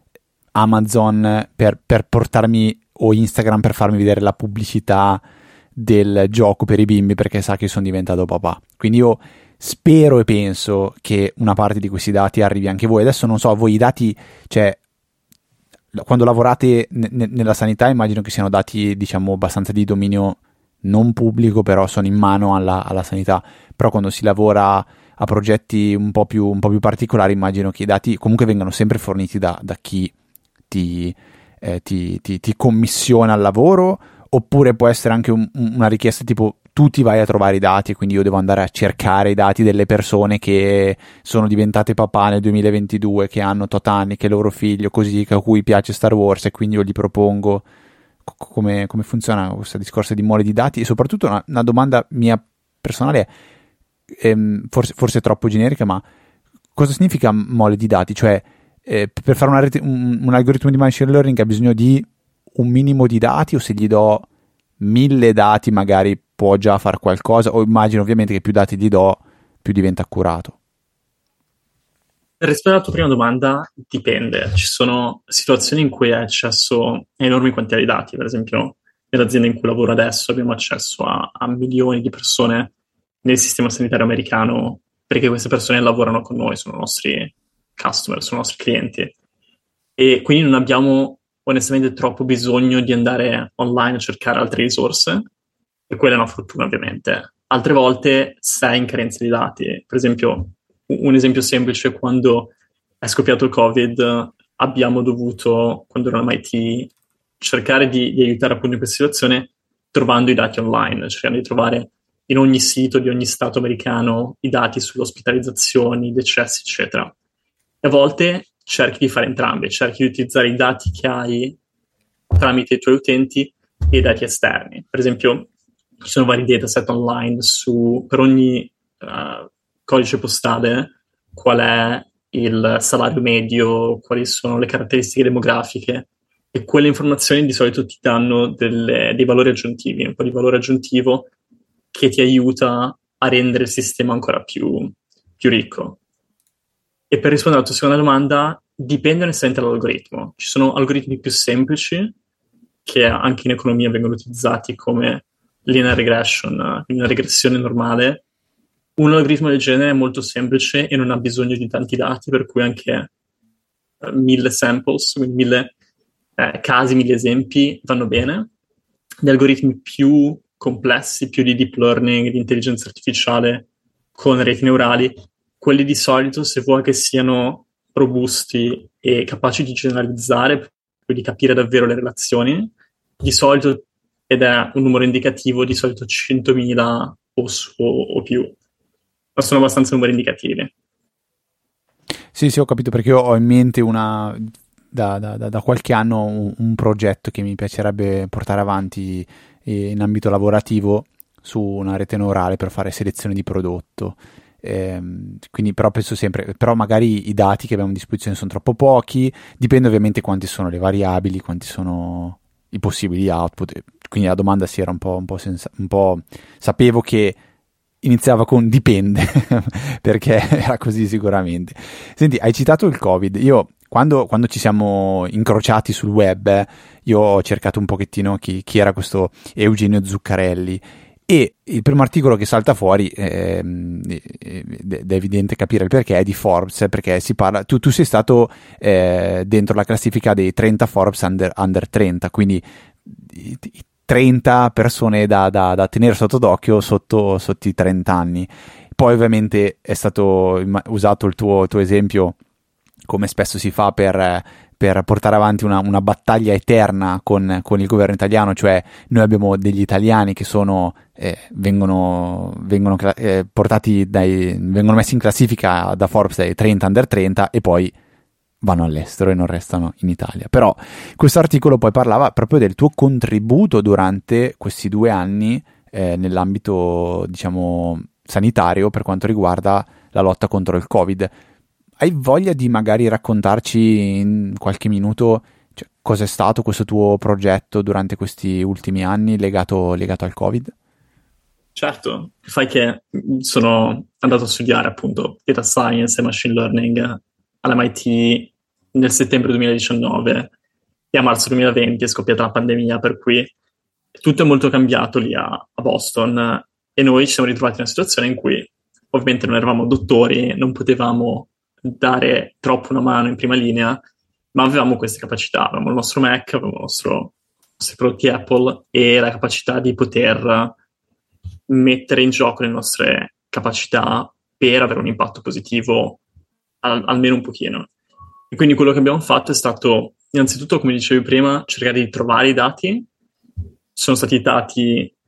Amazon per, per portarmi, o Instagram per farmi vedere la pubblicità del gioco per i bimbi perché sa che sono diventato papà. Quindi io spero e penso che una parte di questi dati arrivi anche a voi. Adesso non so, voi i dati, cioè quando lavorate n- n- nella sanità immagino che siano dati, diciamo, abbastanza di dominio non pubblico, però sono in mano alla, alla sanità. Però quando si lavora a progetti un po' più, un po' più particolari, immagino che i dati comunque vengano sempre forniti da, da chi ti, eh, ti, ti, ti commissiona al lavoro, oppure può essere anche un, una richiesta tipo tu ti vai a trovare i dati e quindi io devo andare a cercare i dati delle persone che sono diventate papà nel duemilaventidue, che hanno tot anni, che è loro figlio così, a cui piace Star Wars, e quindi io gli propongo come, come funziona questo discorso di mole di dati. E soprattutto una, una domanda mia personale, ehm, forse, forse troppo generica, ma cosa significa mole di dati? Cioè, eh, per fare una rete, un, un algoritmo di machine learning ha bisogno di un minimo di dati, o se gli do mille dati magari può già fare qualcosa, o immagino ovviamente che più dati gli do più diventa accurato? Rispetto alla tua prima domanda, dipende. Ci sono situazioni in cui hai accesso a enormi quantità di dati. Per esempio, nell'azienda in cui lavoro adesso abbiamo accesso a, a milioni di persone nel sistema sanitario americano, perché queste persone lavorano con noi, sono nostri customer, sono nostri clienti. E quindi non abbiamo onestamente troppo bisogno di andare online a cercare altre risorse, e quella è una fortuna ovviamente. Altre volte sei in carenza di dati. Per esempio, un esempio semplice: quando è scoppiato il Covid abbiamo dovuto, quando ero all'M I T, cercare di, di aiutare appunto in questa situazione trovando i dati online, cercando di trovare in ogni sito di ogni stato americano i dati sulle ospitalizzazioni, i decessi, eccetera. E a volte cerchi di fare entrambi, cerchi di utilizzare i dati che hai tramite i tuoi utenti e i dati esterni. Per esempio, ci sono vari dataset online su, per ogni uh, codice postale, qual è il salario medio, quali sono le caratteristiche demografiche, e quelle informazioni di solito ti danno delle, dei valori aggiuntivi, un po' di valore aggiuntivo che ti aiuta a rendere il sistema ancora più, più ricco. E per rispondere alla tua seconda domanda, dipende onestamente dall'algoritmo. Ci sono algoritmi più semplici che anche in economia vengono utilizzati come linear regression, quindi una regressione normale. Un algoritmo del genere è molto semplice e non ha bisogno di tanti dati, per cui anche eh, mille samples, quindi mille eh, casi, mille esempi vanno bene. Gli algoritmi più complessi, più di deep learning, di intelligenza artificiale con reti neurali, quelli di solito, se vuoi che siano robusti e capaci di generalizzare, quindi capire davvero le relazioni, di solito, ed è un numero indicativo, di solito centomila o, o, o più, ma sono abbastanza numeri indicativi. Sì, sì, ho capito, perché io ho in mente una da, da, da qualche anno un, un progetto che mi piacerebbe portare avanti in ambito lavorativo su una rete neurale per fare selezione di prodotto. Eh, quindi però penso sempre, però magari i dati che abbiamo a disposizione sono troppo pochi, dipende ovviamente quanti sono le variabili, quanti sono i possibili output, quindi la domanda si era un po', un po', senza, un po' sapevo che iniziava con dipende perché era così sicuramente. Senti, hai citato il Covid. Io quando, quando ci siamo incrociati sul web, eh, io ho cercato un pochettino chi, chi era questo Eugenio Zuccarelli, e il primo articolo che salta fuori eh, ed è evidente capire il perché, è di Forbes, perché si parla, tu, tu sei stato eh, dentro la classifica dei trenta Forbes under, under trenta, quindi i, i trenta persone da, da, da tenere sotto d'occhio sotto, sotto i trenta anni. Poi ovviamente è stato usato il tuo, tuo esempio, come spesso si fa per, per portare avanti una, una battaglia eterna con, con il governo italiano, cioè noi abbiamo degli italiani che sono eh, vengono, vengono eh, portati dai, vengono messi in classifica da Forbes dai trenta under trenta e poi vanno all'estero e non restano in Italia. Però questo articolo poi parlava proprio del tuo contributo durante questi due anni eh, nell'ambito, diciamo, sanitario per quanto riguarda la lotta contro il Covid. Hai voglia di magari raccontarci in qualche minuto, cioè, cosa è stato questo tuo progetto durante questi ultimi anni legato, legato al Covid? Certo, fai che sono andato a studiare appunto data science e machine learning all'M I T nel settembre duemiladiciannove, e a marzo duemilaventi è scoppiata la pandemia, per cui tutto è molto cambiato lì a, a Boston, e noi ci siamo ritrovati in una situazione in cui ovviamente non eravamo dottori, non potevamo dare troppo una mano in prima linea, ma avevamo queste capacità, avevamo il nostro Mac, avevamo il nostro, i nostri prodotti Apple e la capacità di poter mettere in gioco le nostre capacità per avere un impatto positivo al, almeno un pochino. E quindi quello che abbiamo fatto è stato, innanzitutto, come dicevi prima, cercare di trovare i dati. Ci sono stati dati uh,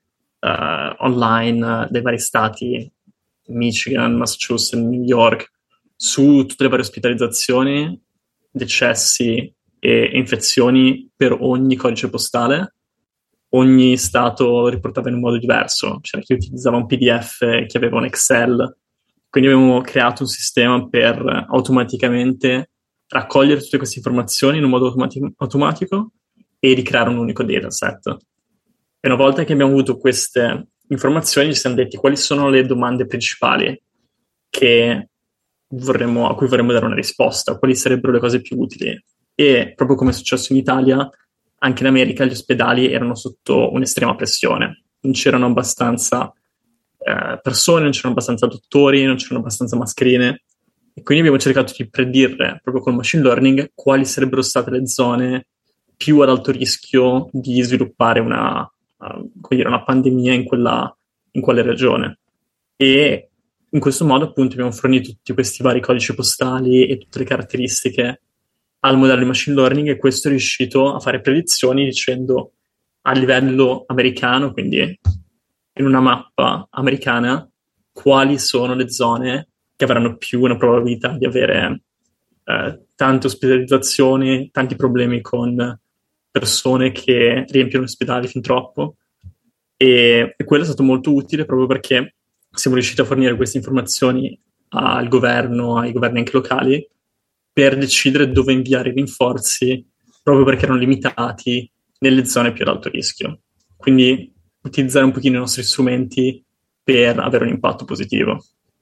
uh, online dei vari stati, Michigan, Massachusetts, New York, su tutte le varie ospitalizzazioni, decessi e infezioni per ogni codice postale. Ogni stato riportava in un modo diverso, c'era chi utilizzava un P D F, chi aveva un Excel, quindi abbiamo creato un sistema per automaticamente raccogliere tutte queste informazioni in un modo automati- automatico e ricreare un unico dataset. E una volta che abbiamo avuto queste informazioni ci siamo detti quali sono le domande principali che vorremmo, a cui vorremmo dare una risposta, quali sarebbero le cose più utili. E proprio come è successo in Italia, anche in America gli ospedali erano sotto un'estrema pressione. Non c'erano abbastanza eh, persone, non c'erano abbastanza dottori, non c'erano abbastanza mascherine. E quindi abbiamo cercato di predire, proprio con machine learning, quali sarebbero state le zone più ad alto rischio di sviluppare una, uh, come dire, una pandemia in quella, in quale regione. E in questo modo, appunto, abbiamo fornito tutti questi vari codici postali e tutte le caratteristiche al modello di machine learning, e questo è riuscito a fare predizioni dicendo a livello americano, quindi in una mappa americana, quali sono le zone che avranno più una probabilità di avere eh, tante ospitalizzazioni, tanti problemi con persone che riempiono gli ospedali fin troppo. E, e quello è stato molto utile proprio perché siamo riusciti a fornire queste informazioni al governo, ai governi anche locali, per decidere dove inviare i rinforzi, proprio perché erano limitati nelle zone più ad alto rischio. Quindi utilizzare un pochino i nostri strumenti per avere un impatto positivo.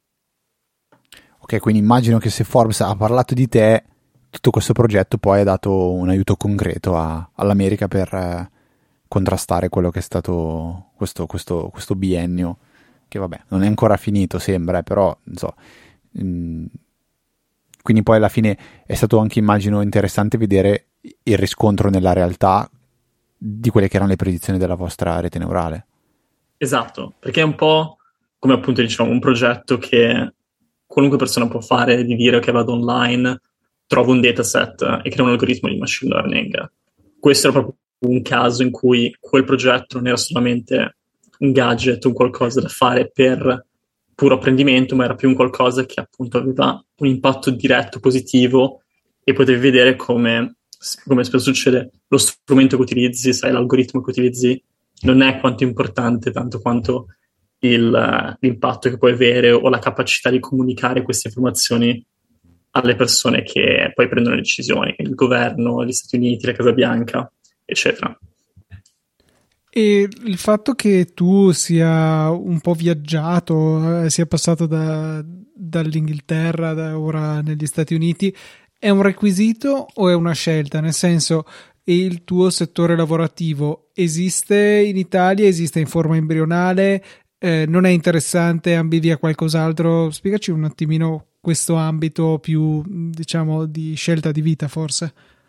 Ok, quindi immagino che se Forbes ha parlato di te, tutto questo progetto poi ha dato un aiuto concreto a, all'America per eh, contrastare quello che è stato questo, questo, questo biennio, che vabbè, non è ancora finito, sembra, eh, però, non so... Mh, quindi poi alla fine è stato anche, immagino, interessante vedere il riscontro nella realtà di quelle che erano le predizioni della vostra rete neurale. Esatto, perché è un po' come appunto diciamo un progetto che qualunque persona può fare, di dire che vado online, trovo un dataset e creo un algoritmo di machine learning. Questo era proprio un caso in cui quel progetto non era solamente un gadget, un qualcosa da fare per puro apprendimento, ma era più un qualcosa che appunto aveva un impatto diretto, positivo, e potevi vedere come, come spesso succede, lo strumento che utilizzi, sai, l'algoritmo che utilizzi, non è quanto importante tanto quanto il, l'impatto che puoi avere o la capacità di comunicare queste informazioni alle persone che poi prendono le decisioni, il governo, gli Stati Uniti, la Casa Bianca, eccetera. E il fatto che tu sia un po' viaggiato, eh, sia passato da, dall'Inghilterra, da ora negli Stati Uniti, è un requisito o è una scelta? Nel senso, il tuo settore lavorativo esiste in Italia, esiste in forma embrionale, eh, non è interessante, ambivi a qualcos'altro? Spiegaci un attimino questo ambito più, diciamo, di scelta di vita, forse.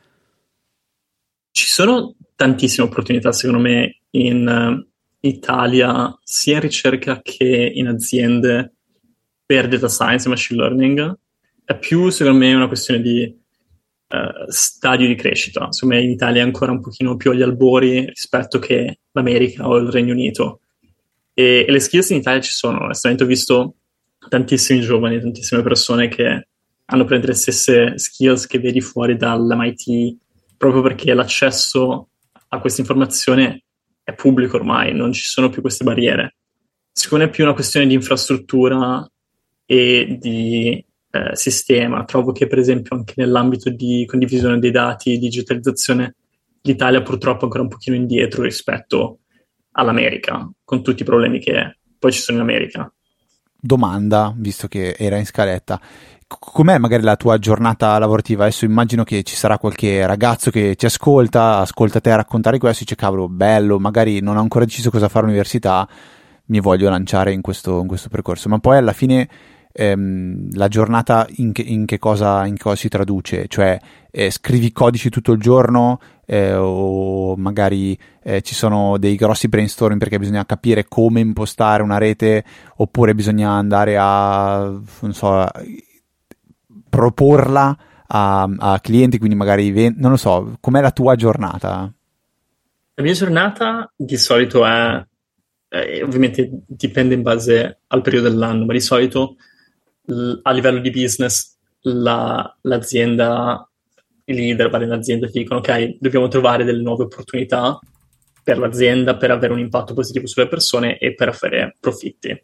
Ci sono tantissime opportunità, secondo me, in uh, Italia, sia in ricerca che in aziende per data science e machine learning. È più, secondo me, una questione di uh, stadio di crescita. Secondo me in Italia è ancora un pochino più agli albori rispetto che l'America o il Regno Unito. E, e le skills in Italia ci sono. Onestamente ho visto tantissimi giovani, tantissime persone che hanno preso le stesse skills che vedi fuori dall'M I T, proprio perché l'accesso a questa informazione è pubblico ormai, non ci sono più queste barriere. Secondo me è più una questione di infrastruttura e di eh, sistema. Trovo che per esempio anche nell'ambito di condivisione dei dati e digitalizzazione l'Italia purtroppo è ancora un pochino indietro rispetto all'America, con tutti i problemi che poi ci sono in America. Domanda, visto che era in scaletta, com'è magari la tua giornata lavorativa? Adesso immagino che ci sarà qualche ragazzo che ti ascolta, ascolta te raccontare questo e dice cavolo, bello, magari non ho ancora deciso cosa fare all'università, mi voglio lanciare in questo, in questo percorso, ma poi alla fine ehm, la giornata in che, in che cosa, in che cosa si traduce? Cioè eh, scrivi codici tutto il giorno eh, o magari eh, ci sono dei grossi brainstorming perché bisogna capire come impostare una rete, oppure bisogna andare a, non so, proporla a, a clienti, quindi magari vend- non lo so, com'è la tua giornata? La mia giornata di solito è eh, ovviamente dipende in base al periodo dell'anno, ma di solito l- a livello di business la- l'azienda, i leader, varie aziende ti dicono ok, dobbiamo trovare delle nuove opportunità per l'azienda, per avere un impatto positivo sulle persone e per fare profitti.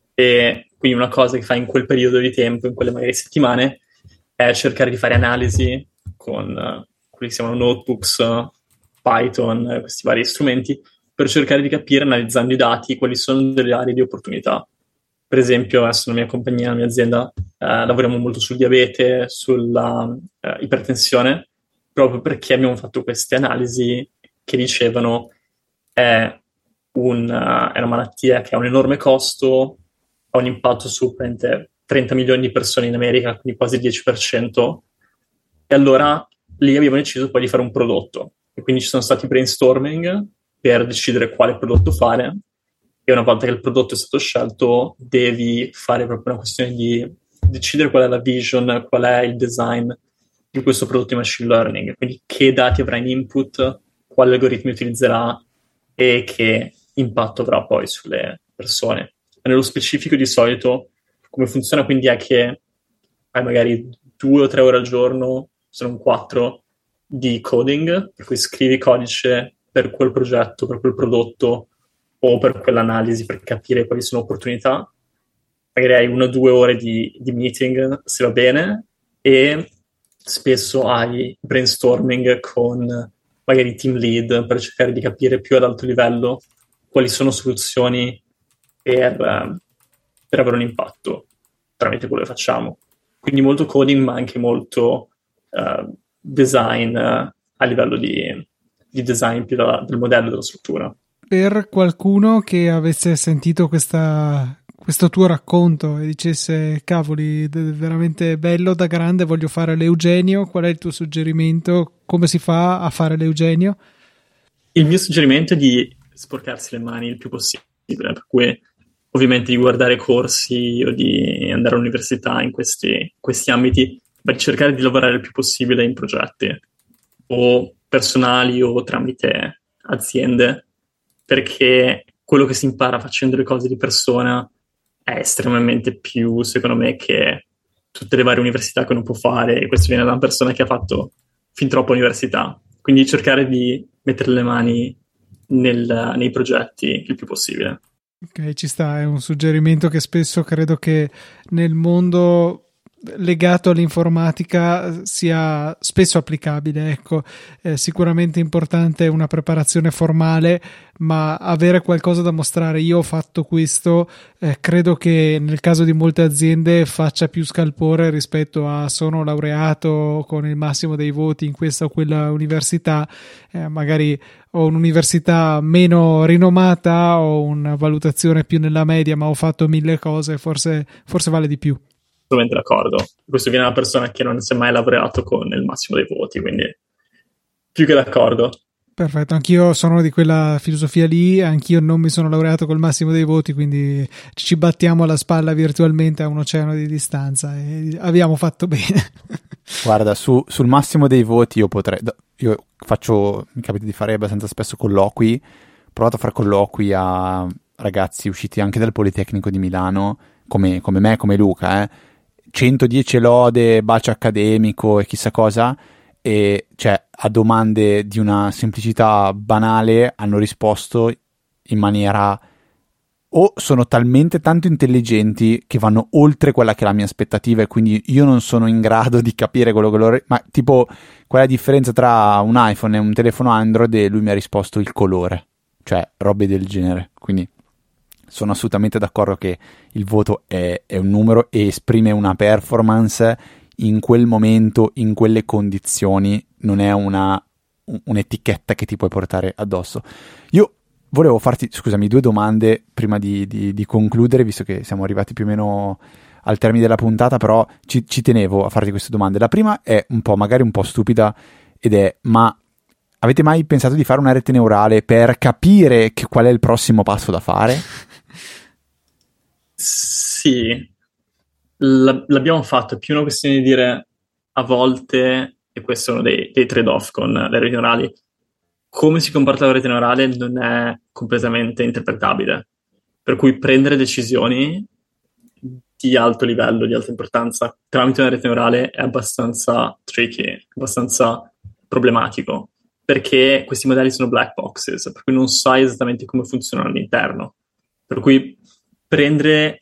E quindi una cosa che fai in quel periodo di tempo, in quelle magari settimane, è cercare di fare analisi con uh, quelli che si chiamano notebooks, uh, Python, uh, questi vari strumenti, per cercare di capire, analizzando i dati, quali sono delle aree di opportunità. Per esempio, adesso nella mia compagnia, nella mia azienda, eh, lavoriamo molto sul diabete, sulla eh, ipertensione, proprio perché abbiamo fatto queste analisi che dicevano è, un, uh, è una malattia che ha un enorme costo, ha un impatto su trenta milioni di persone in America, quindi quasi il dieci per cento, e allora lì abbiamo deciso poi di fare un prodotto. E quindi ci sono stati brainstorming per decidere quale prodotto fare, e una volta che il prodotto è stato scelto devi fare proprio una questione di decidere qual è la vision, qual è il design di questo prodotto di machine learning, quindi che dati avrà in input, quali algoritmi utilizzerà e che impatto avrà poi sulle persone. Ma nello specifico di solito come funziona quindi è che hai magari due o tre ore al giorno, se non quattro, di coding, per cui scrivi codice per quel progetto, per quel prodotto o per quell'analisi per capire quali sono opportunità. Magari hai una o due ore di, di meeting, se va bene, e spesso hai brainstorming con magari team lead per cercare di capire più ad alto livello quali sono soluzioni per, per avere un impatto tramite quello che facciamo. Quindi molto coding, ma anche molto uh, design uh, a livello di, di design più da, del modello, della struttura. Per qualcuno che avesse sentito questa, questo tuo racconto e dicesse cavoli, è veramente bello da grande, voglio fare l'Eugenio, qual è il tuo suggerimento? Come si fa a fare l'Eugenio? Il mio suggerimento è di sporcarsi le mani il più possibile, per cui ovviamente di guardare corsi o di andare all'università in questi, questi ambiti, ma di cercare di lavorare il più possibile in progetti o personali o tramite aziende, perché quello che si impara facendo le cose di persona è estremamente più, secondo me, che tutte le varie università che uno può fare, e questo viene da una persona che ha fatto fin troppa università. Quindi cercare di mettere le mani nel, nei progetti il più possibile. Ok, ci sta, è un suggerimento che spesso credo che nel mondo legato all'informatica sia spesso applicabile. Ecco, è sicuramente importante una preparazione formale, ma avere qualcosa da mostrare, io ho fatto questo, eh, credo che nel caso di molte aziende faccia più scalpore rispetto a sono laureato con il massimo dei voti in questa o quella università, eh, magari ho un'università meno rinomata, ho una valutazione più nella media, ma ho fatto mille cose, forse, forse vale di più. Assolutamente d'accordo. Questo viene da una persona che non si è mai laureato con il massimo dei voti, quindi più che d'accordo. Perfetto, anch'io sono di quella filosofia lì, anch'io non mi sono laureato col massimo dei voti, quindi ci battiamo alla spalla virtualmente a un oceano di distanza e abbiamo fatto bene. Guarda, su, sul massimo dei voti io potrei, io faccio, mi capita di fare abbastanza spesso colloqui, ho provato a fare colloqui a ragazzi usciti anche dal Politecnico di Milano, come, come me, come Luca, eh. centodieci lode, bacio accademico e chissà cosa, e cioè a domande di una semplicità banale hanno risposto in maniera, o sono talmente tanto intelligenti che vanno oltre quella che è la mia aspettativa e quindi io non sono in grado di capire quello che loro, ma tipo qual è la differenza tra un iPhone e un telefono Android, e lui mi ha risposto il colore, cioè robe del genere. Quindi sono assolutamente d'accordo che il voto è, è un numero e esprime una performance in quel momento, in quelle condizioni, non è una un'etichetta che ti puoi portare addosso. Io volevo farti, scusami, due domande prima di, di, di concludere, visto che siamo arrivati più o meno al termine della puntata, però ci, ci tenevo a farti queste domande. La prima è un po', magari un po' stupida, ed è, ma avete mai pensato di fare una rete neurale per capire che, qual è il prossimo passo da fare? Sì, L- l'abbiamo fatto, è più una questione di dire a volte, e questo è uno dei, dei trade-off con le reti neurali, come si comporta la rete neurale non è completamente interpretabile, per cui prendere decisioni di alto livello, di alta importanza tramite una rete neurale è abbastanza tricky, abbastanza problematico, perché questi modelli sono black boxes, per cui non sai esattamente come funzionano all'interno. Per cui prendere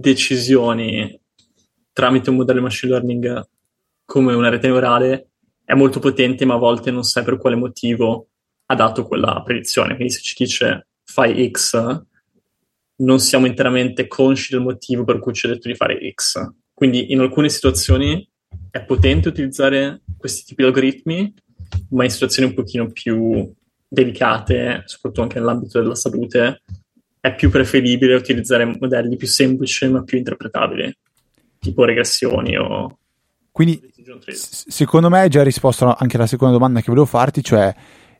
decisioni tramite un modello di machine learning come una rete neurale è molto potente, ma a volte non sai per quale motivo ha dato quella predizione. Quindi se ci dice fai X, non siamo interamente consci del motivo per cui ci ha detto di fare X. Quindi in alcune situazioni è potente utilizzare questi tipi di algoritmi, ma in situazioni un pochino più delicate, soprattutto anche nell'ambito della salute, è più preferibile utilizzare modelli più semplici ma più interpretabili, tipo regressioni o... Quindi s- secondo me hai già risposto anche alla seconda domanda che volevo farti, cioè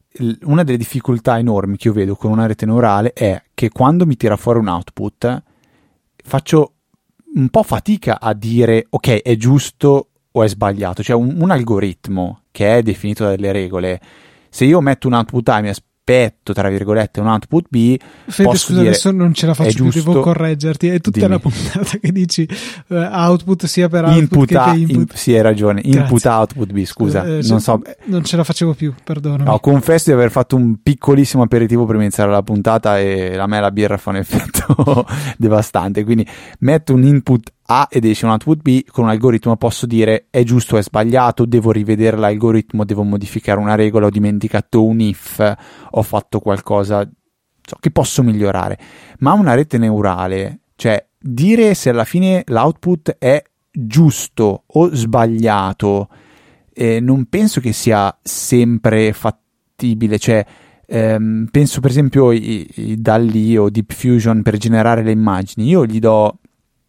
una delle difficoltà enormi che io vedo con una rete neurale è che quando mi tira fuori un output faccio un po' fatica a dire ok, è giusto o è sbagliato. Cioè un, un algoritmo che è definito da delle regole, se io metto un output A e mi aspetto tra virgolette un output B, Fede, posso scusa, dire adesso non ce la faccio più, giusto, devo correggerti, è tutta dimmi. la puntata che dici uh, output sia per output input che A, per input. in, sì, hai ragione, Grazie. Input output B, scusa, eh, non so, non ce la facevo più, perdonami. No, confesso di aver fatto un piccolissimo aperitivo prima di iniziare la puntata e a me la birra fa un effetto devastante, quindi metto un input A ed esce un output B, con un algoritmo posso dire è giusto o è sbagliato, devo rivedere l'algoritmo, devo modificare una regola, ho dimenticato un if, ho fatto qualcosa so, che posso migliorare. Ma una rete neurale, cioè dire se alla fine l'output è giusto o sbagliato, eh, non penso che sia sempre fattibile. Cioè ehm, penso per esempio i, i D A L L-E o Deep Fusion per generare le immagini, io gli do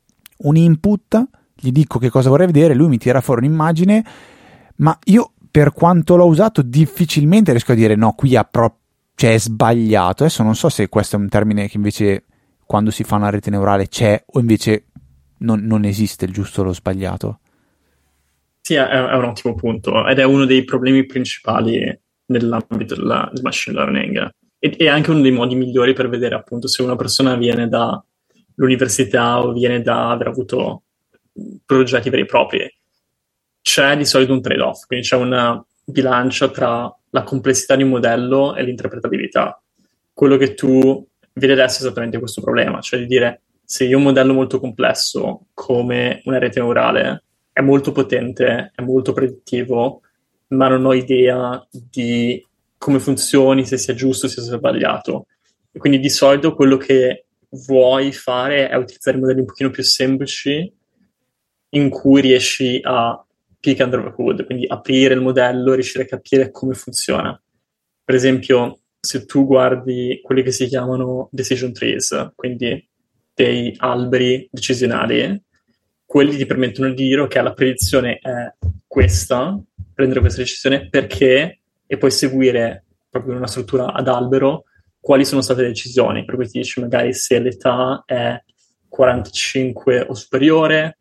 un input, gli dico che cosa vorrei vedere, lui mi tira fuori un'immagine, ma io per quanto l'ho usato difficilmente riesco a dire no, qui ha pro- cioè è sbagliato. Adesso non so se questo è un termine che invece quando si fa una rete neurale c'è o invece non, non esiste il giusto o lo sbagliato. Sì, è, è un ottimo punto ed è uno dei problemi principali nell'ambito della, del machine learning e è anche uno dei modi migliori per vedere appunto se una persona viene dall'università o viene da aver avuto progetti veri e propri. C'è di solito un trade-off, quindi c'è una bilancia tra la complessità di un modello e l'interpretabilità. Quello che tu vedi adesso è esattamente questo problema, cioè di dire se io ho un modello molto complesso come una rete neurale è molto potente, è molto predittivo, ma non ho idea di come funzioni, se sia giusto o se sia sbagliato. E quindi di solito quello che vuoi fare è utilizzare modelli un pochino più semplici in cui riesci a peek under the hood, quindi aprire il modello e riuscire a capire come funziona. Per esempio, se tu guardi quelli che si chiamano decision trees, quindi dei alberi decisionali, quelli ti permettono di dire ok, la predizione è questa, prendere questa decisione perché, e poi seguire proprio in una struttura ad albero quali sono state le decisioni, per cui ti dice magari se l'età è quarantacinque o superiore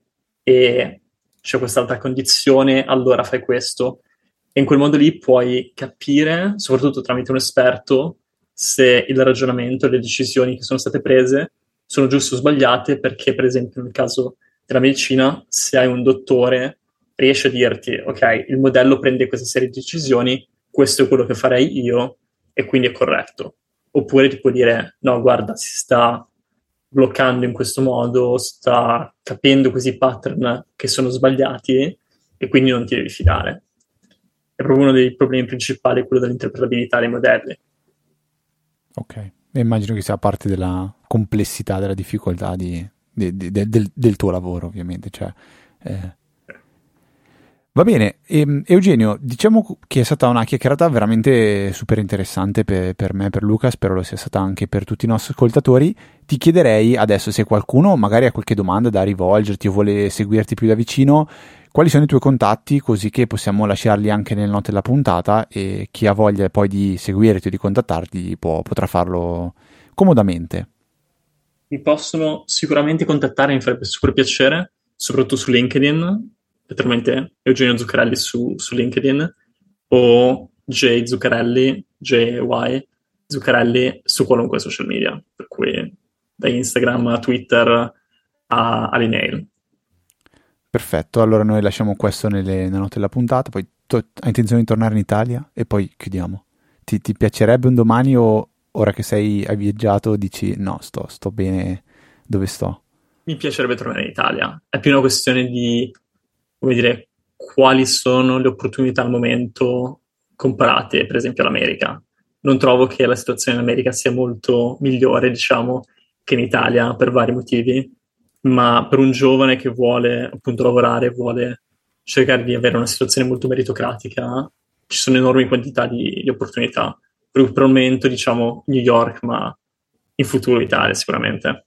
e c'è quest'altra condizione, allora fai questo. E in quel modo lì puoi capire, soprattutto tramite un esperto, se il ragionamento e le decisioni che sono state prese sono giuste o sbagliate, perché per esempio nel caso della medicina, se hai un dottore, riesce a dirti, ok, il modello prende questa serie di decisioni, questo è quello che farei io, e quindi è corretto. Oppure ti può dire, no, guarda, si sta bloccando in questo modo, sta capendo questi pattern che sono sbagliati, e quindi non ti devi fidare. È proprio uno dei problemi principali, quello dell'interpretabilità dei modelli. Ok, e immagino che sia parte della complessità, della difficoltà di... De, de, de, del, del tuo lavoro, ovviamente. Cioè, eh. Va bene, e, Eugenio, diciamo che è stata una chiacchierata veramente super interessante per, per me, per Luca, spero lo sia stata anche per tutti i nostri ascoltatori. Ti chiederei adesso, se qualcuno magari ha qualche domanda da rivolgerti o vuole seguirti più da vicino, quali sono i tuoi contatti, così che possiamo lasciarli anche nelle note della puntata e chi ha voglia poi di seguirti o di contattarti può, potrà farlo comodamente. Mi possono sicuramente contattare, mi farebbe super piacere, soprattutto su LinkedIn, letteralmente Eugenio Zuccarelli su, su LinkedIn, o J Zuccarelli, J Y Zuccarelli, su qualunque social media, per cui da Instagram a Twitter a, all'email. Perfetto, allora noi lasciamo questo nelle, nelle note della puntata, poi tu hai intenzione di tornare in Italia e poi chiudiamo. Ti, ti piacerebbe un domani o ora che sei hai viaggiato dici no, sto, sto bene dove sto? Mi piacerebbe tornare in Italia, è più una questione di, come dire, quali sono le opportunità al momento comparate per esempio all'America. Non trovo che la situazione in America sia molto migliore, diciamo, che in Italia per vari motivi, ma per un giovane che vuole appunto lavorare, vuole cercare di avere una situazione molto meritocratica, ci sono enormi quantità di, di opportunità. Per, per il momento, diciamo, New York, ma in futuro Italia sicuramente.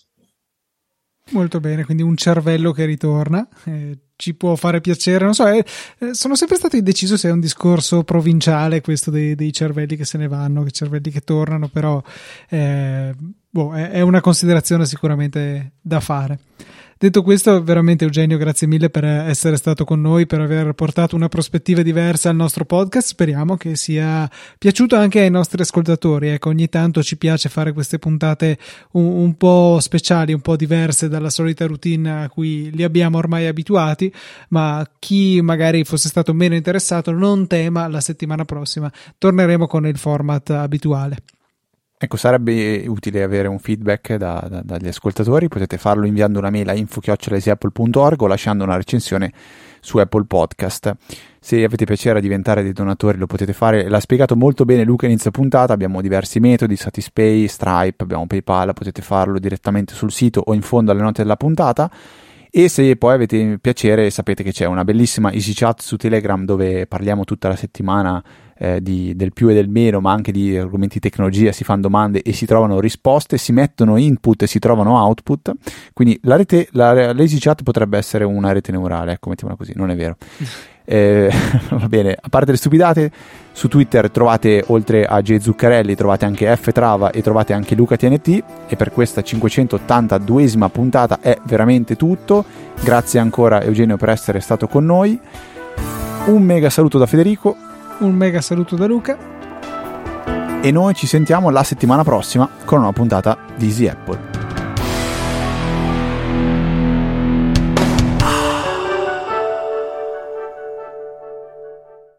Molto bene, quindi un cervello che ritorna, eh, ci può fare piacere, non so, eh, eh, sono sempre stato indeciso se è un discorso provinciale questo dei, dei cervelli che se ne vanno, che cervelli che tornano, però eh, boh, è, è una considerazione sicuramente da fare. Detto questo, veramente Eugenio, grazie mille per essere stato con noi, per aver portato una prospettiva diversa al nostro podcast. Speriamo che sia piaciuto anche ai nostri ascoltatori. Ecco, ogni tanto ci piace fare queste puntate un, un po' speciali, un po' diverse dalla solita routine a cui li abbiamo ormai abituati, ma chi magari fosse stato meno interessato non tema, la settimana prossima torneremo con il format abituale. Ecco, sarebbe utile avere un feedback da, da, dagli ascoltatori, potete farlo inviando una mail a info chiocciola easy apple punto org o lasciando una recensione su Apple Podcast. Se avete piacere a diventare dei donatori lo potete fare, l'ha spiegato molto bene Luca inizio puntata, abbiamo diversi metodi, Satispay, Stripe, abbiamo PayPal, potete farlo direttamente sul sito o in fondo alle note della puntata. E se poi avete piacere sapete che c'è una bellissima Easy Chat su Telegram dove parliamo tutta la settimana eh, di, del più e del meno, ma anche di argomenti di tecnologia, si fanno domande e si trovano risposte, si mettono input e si trovano output, quindi la rete, la, l'Easy Chat potrebbe essere una rete neurale, ecco, mettiamola così, non è vero. Eh, va bene, a parte le stupidate, su Twitter trovate oltre a J Zuccarelli trovate anche F Trava e trovate anche Luca T N T, e per questa cinquecentottantaduesima puntata è veramente tutto. Grazie ancora Eugenio per essere stato con noi, un mega saluto da Federico, un mega saluto da Luca e noi ci sentiamo la settimana prossima con una puntata di Easy Apple.